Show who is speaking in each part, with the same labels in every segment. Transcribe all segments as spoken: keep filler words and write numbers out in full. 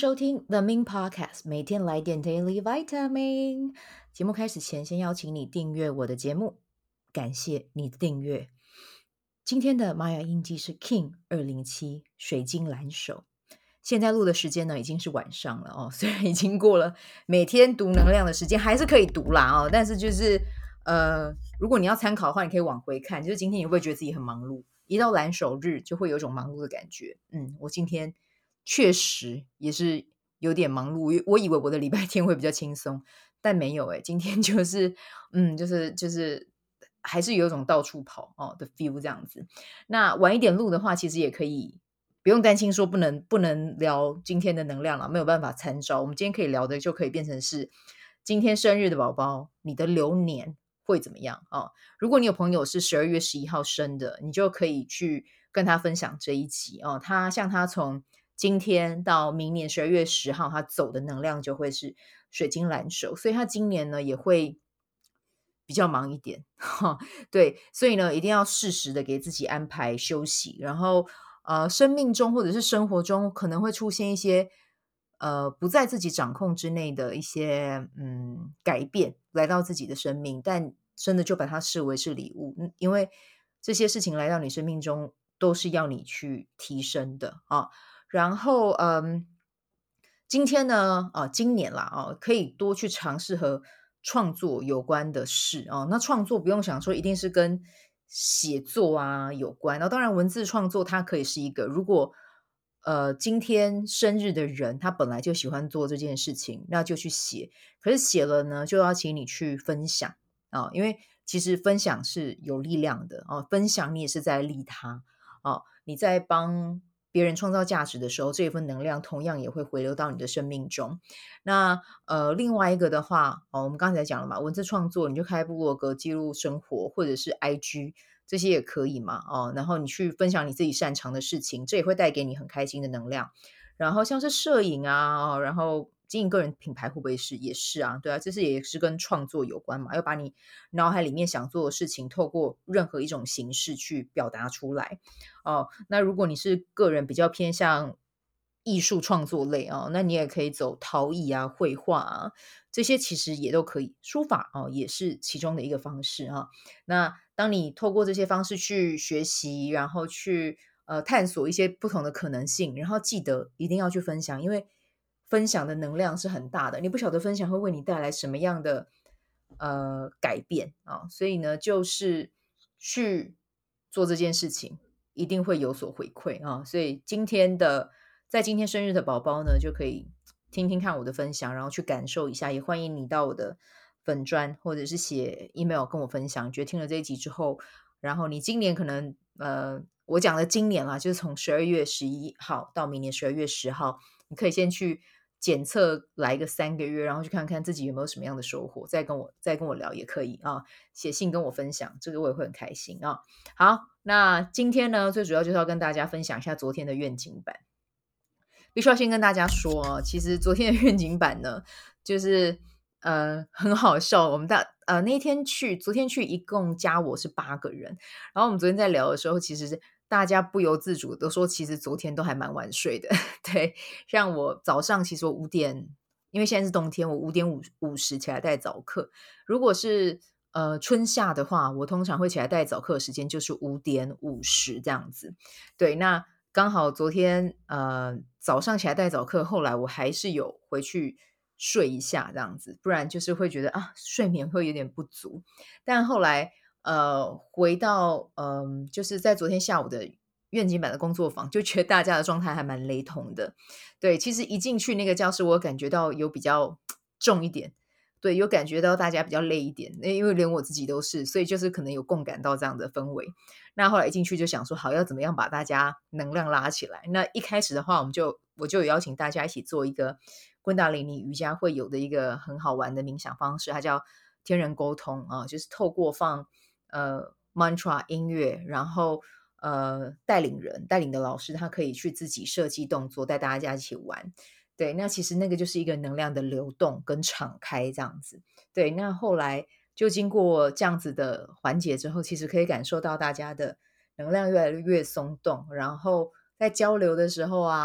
Speaker 1: 收听 The Min Podcast，每天来点 Daily Vitamin。节目开始前，先邀请你订阅我的节目，感谢你的订阅。今天的玛雅印记是 King 二零七水晶蓝手。现在录的时间呢，已经是晚上了哦，虽然已经过了每天读能量的时间，还是可以读啦哦，但是就是呃，如果你要参考的话，你可以往回看，就是今天你会不会觉得自己很忙碌？一到蓝手日就会有一种忙碌的感觉。嗯，我今天确实也是有点忙碌，我以为我的礼拜天会比较轻松，但没有诶，今天就是嗯，就是就是还是有一种到处跑哦的 feel 这样子。那晚一点录的话，其实也可以不用担心说不能不能聊今天的能量了，没有办法参照。我们今天可以聊的就可以变成是今天生日的宝宝，你的流年会怎么样啊、哦？如果你有朋友是十二月十一号生的，你就可以去跟他分享这一集哦。他像他从今天到明年十二月十号，他走的能量就会是水晶蓝手，所以他今年呢也会比较忙一点，哈，对，所以呢一定要适时的给自己安排休息，然后呃，生命中或者是生活中可能会出现一些呃不在自己掌控之内的一些嗯改变来到自己的生命，但真的就把它视为是礼物，嗯因为这些事情来到你生命中都是要你去提升的啊。然后嗯，今天呢，啊，今年啦，啊，可以多去尝试和创作有关的事啊。那创作不用想说一定是跟写作啊有关，那当然文字创作它可以是一个，如果呃今天生日的人他本来就喜欢做这件事情，那就去写。可是写了呢，就要请你去分享啊，因为其实分享是有力量的啊，分享你也是在利他啊，你在帮别人创造价值的时候，这一份能量同样也会回流到你的生命中。那呃，另外一个的话，哦，我们刚才讲了嘛，文字创作，你就开部落格记录生活，或者是 I G 这些也可以嘛，哦，然后你去分享你自己擅长的事情，这也会带给你很开心的能量。然后像是摄影啊，哦，然后经营个人品牌会不会是也是啊？对啊，这是也是跟创作有关嘛，要把你脑海里面想做的事情，透过任何一种形式去表达出来。哦，那如果你是个人比较偏向艺术创作类啊，那你也可以走陶艺啊、绘画啊，这些其实也都可以。书法哦，也是其中的一个方式啊。那当你透过这些方式去学习，然后去呃探索一些不同的可能性，然后记得一定要去分享，因为分享的能量是很大的。你不晓得分享会为你带来什么样的呃改变啊，所以呢，就是去做这件事情。一定会有所回馈啊。所以今天的在今天生日的宝宝呢，就可以听听看我的分享，然后去感受一下。也欢迎你到我的粉砖或者是写 email 跟我分享，觉得听了这一集之后，然后你今年可能呃，我讲的今年啦，就是从十二月十一号到明年十二月十号，你可以先去检测来个三个月，然后去看看自己有没有什么样的收获，再跟我再跟我聊也可以啊，写信跟我分享，这个我也会很开心啊。好，那今天呢，最主要就是要跟大家分享一下昨天的愿景版。必须要先跟大家说哦，其实昨天的愿景版呢，就是呃很好笑。我们大呃那一天去，昨天去一共加我是八个人，然后我们昨天在聊的时候，其实是大家不由自主都说，其实昨天都还蛮晚睡的。对，像我早上其实我五点，因为现在是冬天，我五点五五十起来带早课。如果是呃春夏的话，我通常会起来带早课的时间就是五点五十这样子。对，那刚好昨天呃早上起来带早课，后来我还是有回去睡一下这样子，不然就是会觉得啊睡眠会有点不足。但后来呃回到嗯、就是在昨天下午的愿景版的工作坊，就觉得大家的状态还蛮雷同的。对，其实一进去那个教室，我有感觉到有比较重一点。对，有感觉到大家比较累一点，那因为连我自己都是，所以就是可能有共感到这样的氛围。那后来一进去就想说，好，要怎么样把大家能量拉起来？那一开始的话，我们就我就有邀请大家一起做一个昆达里尼瑜伽会有的一个很好玩的冥想方式，它叫天人沟通啊，就是透过放呃 mantra 音乐，然后呃带领人带领的老师，他可以去自己设计动作，带大家一起玩。对，那其实那个就是一个能量的流动跟敞开这样子。对，那后来就经过这样子的环节之后，其实可以感受到大家的能量越来越松动，然后在交流的时候啊，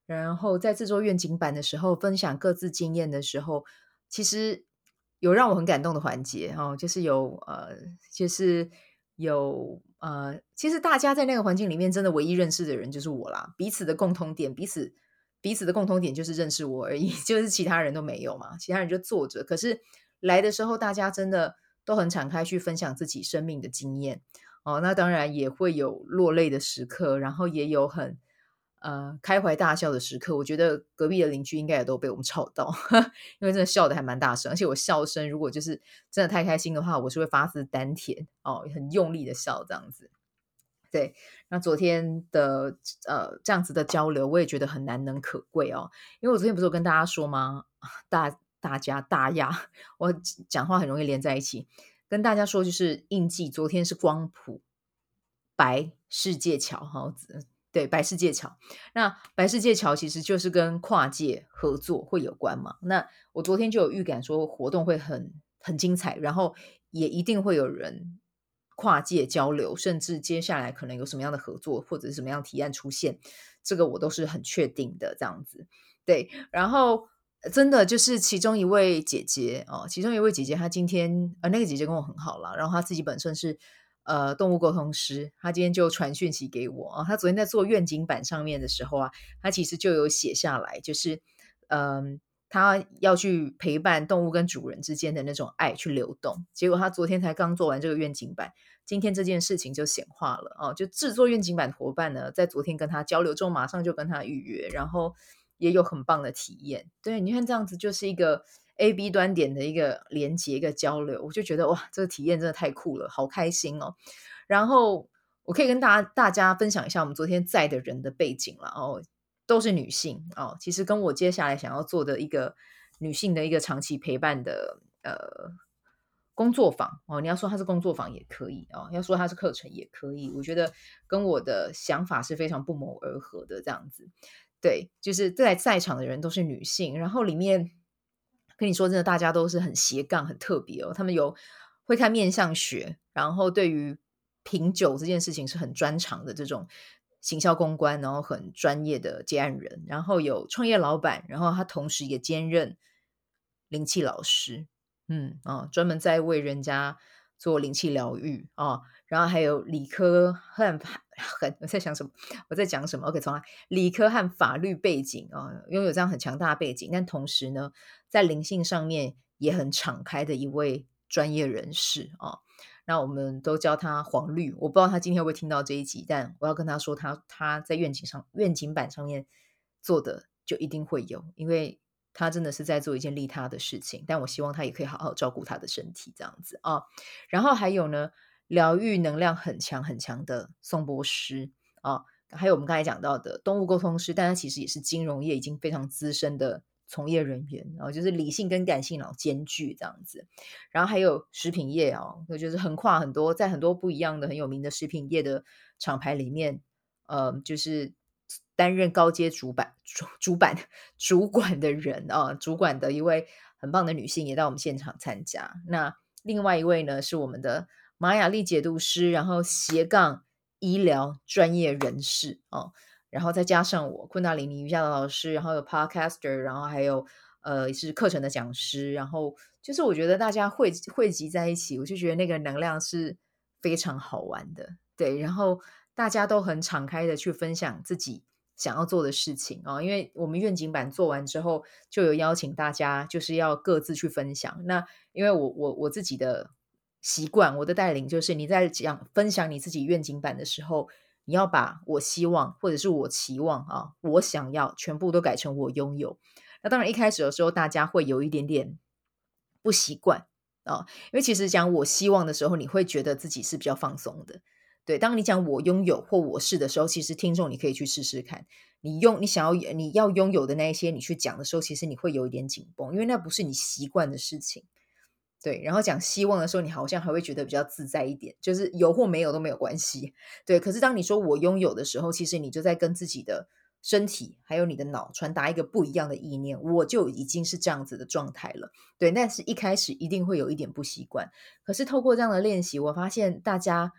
Speaker 1: 然后在制作愿景版的时候，分享各自经验的时候，其实有让我很感动的环节哦，就是有呃，就是有呃，其实大家在那个环境里面，真的唯一认识的人就是我啦，彼此的共通点，彼此彼此的共通点就是认识我而已，就是其他人都没有嘛，其他人就坐着。可是来的时候，大家真的都很敞开去分享自己生命的经验哦，那当然也会有落泪的时刻，然后也有很呃开怀大笑的时刻。我觉得隔壁的邻居应该也都被我们吵到，因为真的笑得还蛮大声，而且我笑声如果就是真的太开心的话，我是会发自丹田哦，很用力的笑这样子。对，那昨天的呃这样子的交流，我也觉得很难能可贵哦。因为我昨天不是有跟大家说吗？大大家大家，我讲话很容易连在一起。跟大家说，就是印记，昨天是光谱白世界桥哈，对，白世界桥。那白世界桥其实就是跟跨界合作会有关嘛。那我昨天就有预感说活动会很很精彩，然后也一定会有人跨界交流，甚至接下来可能有什么样的合作或者是什么样的提案出现，这个我都是很确定的这样子。对，然后呃真的就是其中一位姐姐哦，其中一位姐姐她今天呃那个姐姐跟我很好啦，然后她自己本身是呃动物沟通师，她今天就传讯息给我啊，她昨天在做愿景板上面的时候啊，她其实就有写下来，就是嗯。她要去陪伴动物跟主人之间的那种爱去流动，结果她昨天才刚做完这个愿景板，今天这件事情就显化了哦。就制作愿景版的伙伴呢，在昨天跟他交流之后，马上就跟他预约，然后也有很棒的体验。对，你看这样子就是一个 A B 端点的一个连接、一个交流，我就觉得哇，这个体验真的太酷了，好开心哦。然后我可以跟大家大家分享一下我们昨天在的人的背景了哦，都是女性哦。其实跟我接下来想要做的一个女性的一个长期陪伴的呃工作坊哦，你要说它是工作坊也可以哦，要说它是课程也可以。我觉得跟我的想法是非常不谋而合的这样子。对，就是在在场的人都是女性，然后里面跟你说真的，大家都是很斜杠、很特别哦。他们有会看面相学，然后对于品酒这件事情是很专长的这种行销公关，然后很专业的接案人，然后有创业老板，然后他同时也兼任灵气老师，嗯啊，专门在为人家做灵气疗愈啊，然后还有理科和法很我在想什么？我在讲什么？OK，重来。理科和法律背景啊，拥有这样很强大的背景，但同时呢，在灵性上面也很敞开的一位专业人士啊。那我们都叫他黄绿，我不知道他今天会不会听到这一集，但我要跟他说他，他在愿景上愿景板上面做的就一定会有，因为他真的是在做一件利他的事情，但我希望他也可以好好照顾他的身体，这样子啊。然后还有呢，疗愈能量很强很强的颂钵师啊，还有我们刚才讲到的动物沟通师，但他其实也是金融业已经非常资深的从业人员，然后就是理性跟感性然后兼具这样子。然后还有食品业哦，就是横跨很多，在很多不一样的很有名的食品业的厂牌里面，呃，就是担任高阶主板主主板主管的人啊，主管的一位很棒的女性也到我们现场参加。那另外一位呢是我们的玛雅历解读师，然后斜杠医疗专业人士哦，然后再加上我昆达里尼瑜伽的老师，然后有 podcaster，然后还有呃是课程的讲师，然后就是我觉得大家汇汇集在一起，我就觉得那个能量是非常好玩的，对，然后大家都很敞开的去分享自己想要做的事情啊、哦，因为我们愿景版做完之后，就有邀请大家就是要各自去分享。那因为我我我自己的习惯，我的带领就是你在讲分享你自己愿景版的时候，你要把我希望或者是我期望啊，我想要全部都改成我拥有。那当然一开始的时候，大家会有一点点不习惯啊，因为其实讲我希望的时候，你会觉得自己是比较放松的。对，当你讲我拥有或我是的时候，其实听众你可以去试试看，你用你想要你要拥有的那一些，你去讲的时候，其实你会有一点紧绷，因为那不是你习惯的事情。对，然后讲希望的时候，你好像还会觉得比较自在一点，就是有或没有都没有关系。对，可是当你说我拥有的时候，其实你就在跟自己的身体还有你的脑传达一个不一样的意念，我就已经是这样子的状态了。对，但是一开始一定会有一点不习惯，可是透过这样的练习，我发现大家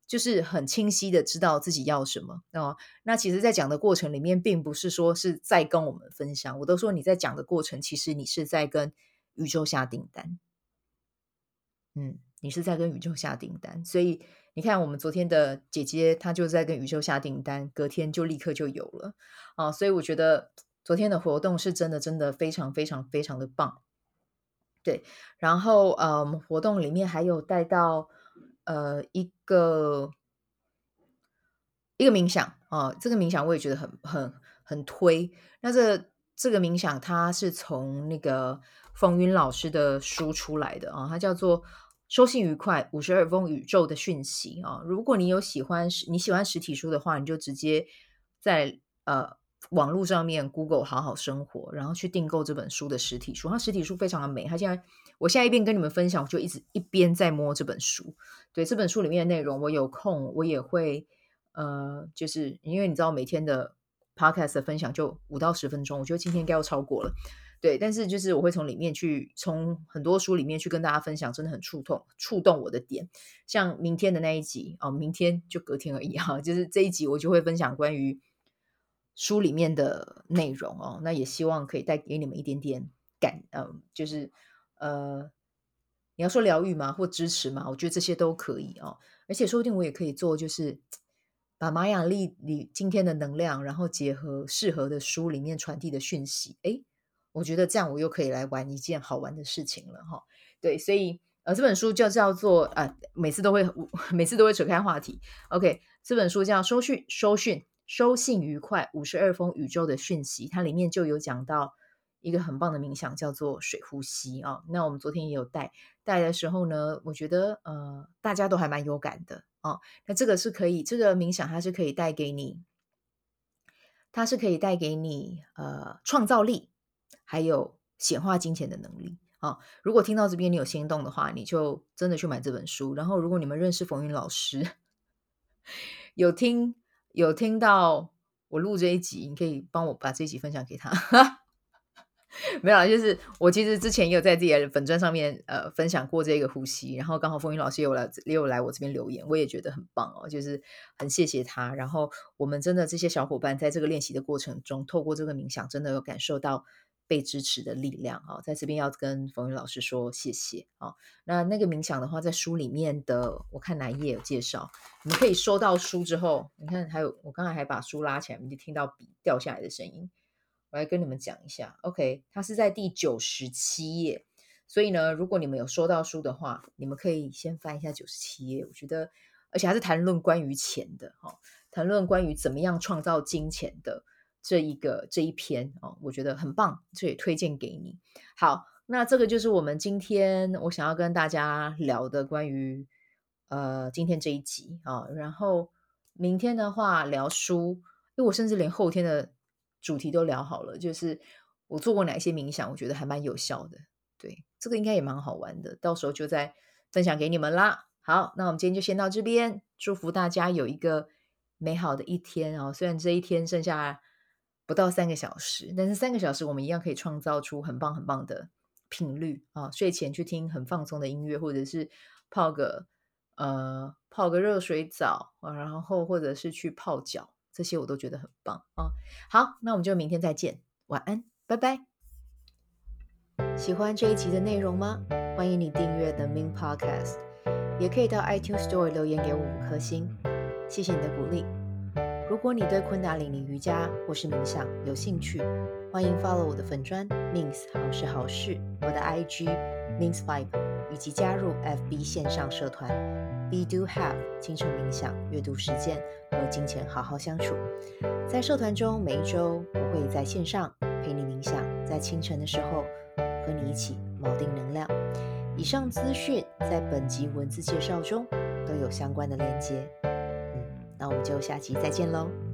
Speaker 1: 就是很清晰的知道自己要什么哦。那其实在讲的过程里面，并不是说是在跟我们分享，我都说你在讲的过程，其实你是在跟宇宙下订单。嗯，你是在跟宇宙下订单，所以你看，我们昨天的姐姐她就在跟宇宙下订单，隔天就立刻就有了啊。所以我觉得昨天的活动是真的真的非常非常非常的棒。对，然后嗯，活动里面还有带到呃一个一个冥想啊，这个冥想我也觉得很很很推。那这这个冥想它是从那个冯云老师的书出来的啊，它叫做《收信愉快五十二封宇宙的讯息》啊。如果你有喜欢你喜欢实体书的话，你就直接在呃网络上面 Google 好好生活，然后去订购这本书的实体书。它实体书非常的美，它现在我现在一边跟你们分享，我就一直一边在摸这本书。对，这本书里面的内容，我有空我也会。呃，就是因为你知道每天的 podcast 的分享就五到十分钟，我觉得今天应该要超过了。对，但是就是我会从里面去从很多书里面去跟大家分享，真的很触动触动我的点。像明天的那一集哦，明天就隔天而已哈，就是这一集我就会分享关于书里面的内容哦，那也希望可以带给你们一点点感，呃，就是呃，你要说疗愈嘛，或支持嘛，我觉得这些都可以哦。而且说不定我也可以做，就是把玛雅历里今天的能量，然后结合适合的书里面传递的讯息。诶，我觉得这样我又可以来玩一件好玩的事情了哈。对，所以呃，这本书就叫做呃，每次都会每次都会扯开话题。OK，这本书叫收讯收讯收信愉快五十二封宇宙的讯息，它里面就有讲到一个很棒的冥想，叫做水呼吸啊。那我们昨天也有带带的时候呢，我觉得呃大家都还蛮有感的啊。那这个是可以，这个冥想它是可以带给你，它是可以带给你呃创造力，还有显化金钱的能力啊。如果听到这边你有心动的话，你就真的去买这本书。然后如果你们认识冯云老师，有听有听到我录这一集，你可以帮我把这一集分享给他。没有啦，就是我其实之前也有在自己的粉专上面呃分享过这个呼吸，然后刚好风云老师也有来也有来我这边留言，我也觉得很棒哦，就是很谢谢他。然后我们真的这些小伙伴在这个练习的过程中，透过这个冥想，真的有感受到被支持的力量啊、哦！在这边要跟风云老师说谢谢啊、哦！那那个冥想的话，在书里面的我看哪一页有介绍，你们可以收到书之后，你看还有我刚才还把书拉起来，你就听到笔掉下来的声音。我来跟你们讲一下 ，OK，它是在第九十七页，所以呢，如果你们有收到书的话，你们可以先翻一下九十七页。我觉得，而且还是谈论关于钱的哈、哦，谈论关于怎么样创造金钱的这一个这一篇哦，我觉得很棒，这也推荐给你。好，那这个就是我们今天我想要跟大家聊的关于呃今天这一集啊、哦，然后明天的话聊书，因为我甚至连后天的主题都聊好了，就是我做过哪一些冥想，我觉得还蛮有效的。对，这个应该也蛮好玩的，到时候就再分享给你们啦。好，那我们今天就先到这边，祝福大家有一个美好的一天哦。虽然这一天剩下不到三个小时，但是三个小时我们一样可以创造出很棒很棒的频率啊。睡前去听很放松的音乐，或者是泡个呃泡个热水澡啊，然后或者是去泡脚。这些我都觉得很棒啊！好，那我们就明天再见，晚安，拜拜。喜欢这一集的内容吗？欢迎你订阅 The Min Podcast， 也可以到 iTunes Store 留言给我五颗星，谢谢你的鼓励。如果你对昆达里尼瑜伽或是冥想有兴趣，欢迎 follow 我的粉专 Mins 好事好事，我的 I G Mins Vibe， 以及加入 F B 线上社团 Be Do Have 清晨冥想、阅读实践和金钱好好相处。在社团中，每一周我会在线上陪你冥想，在清晨的时候和你一起锚定能量。以上资讯在本集文字介绍中都有相关的连结。嗯，那我们就下期再见喽。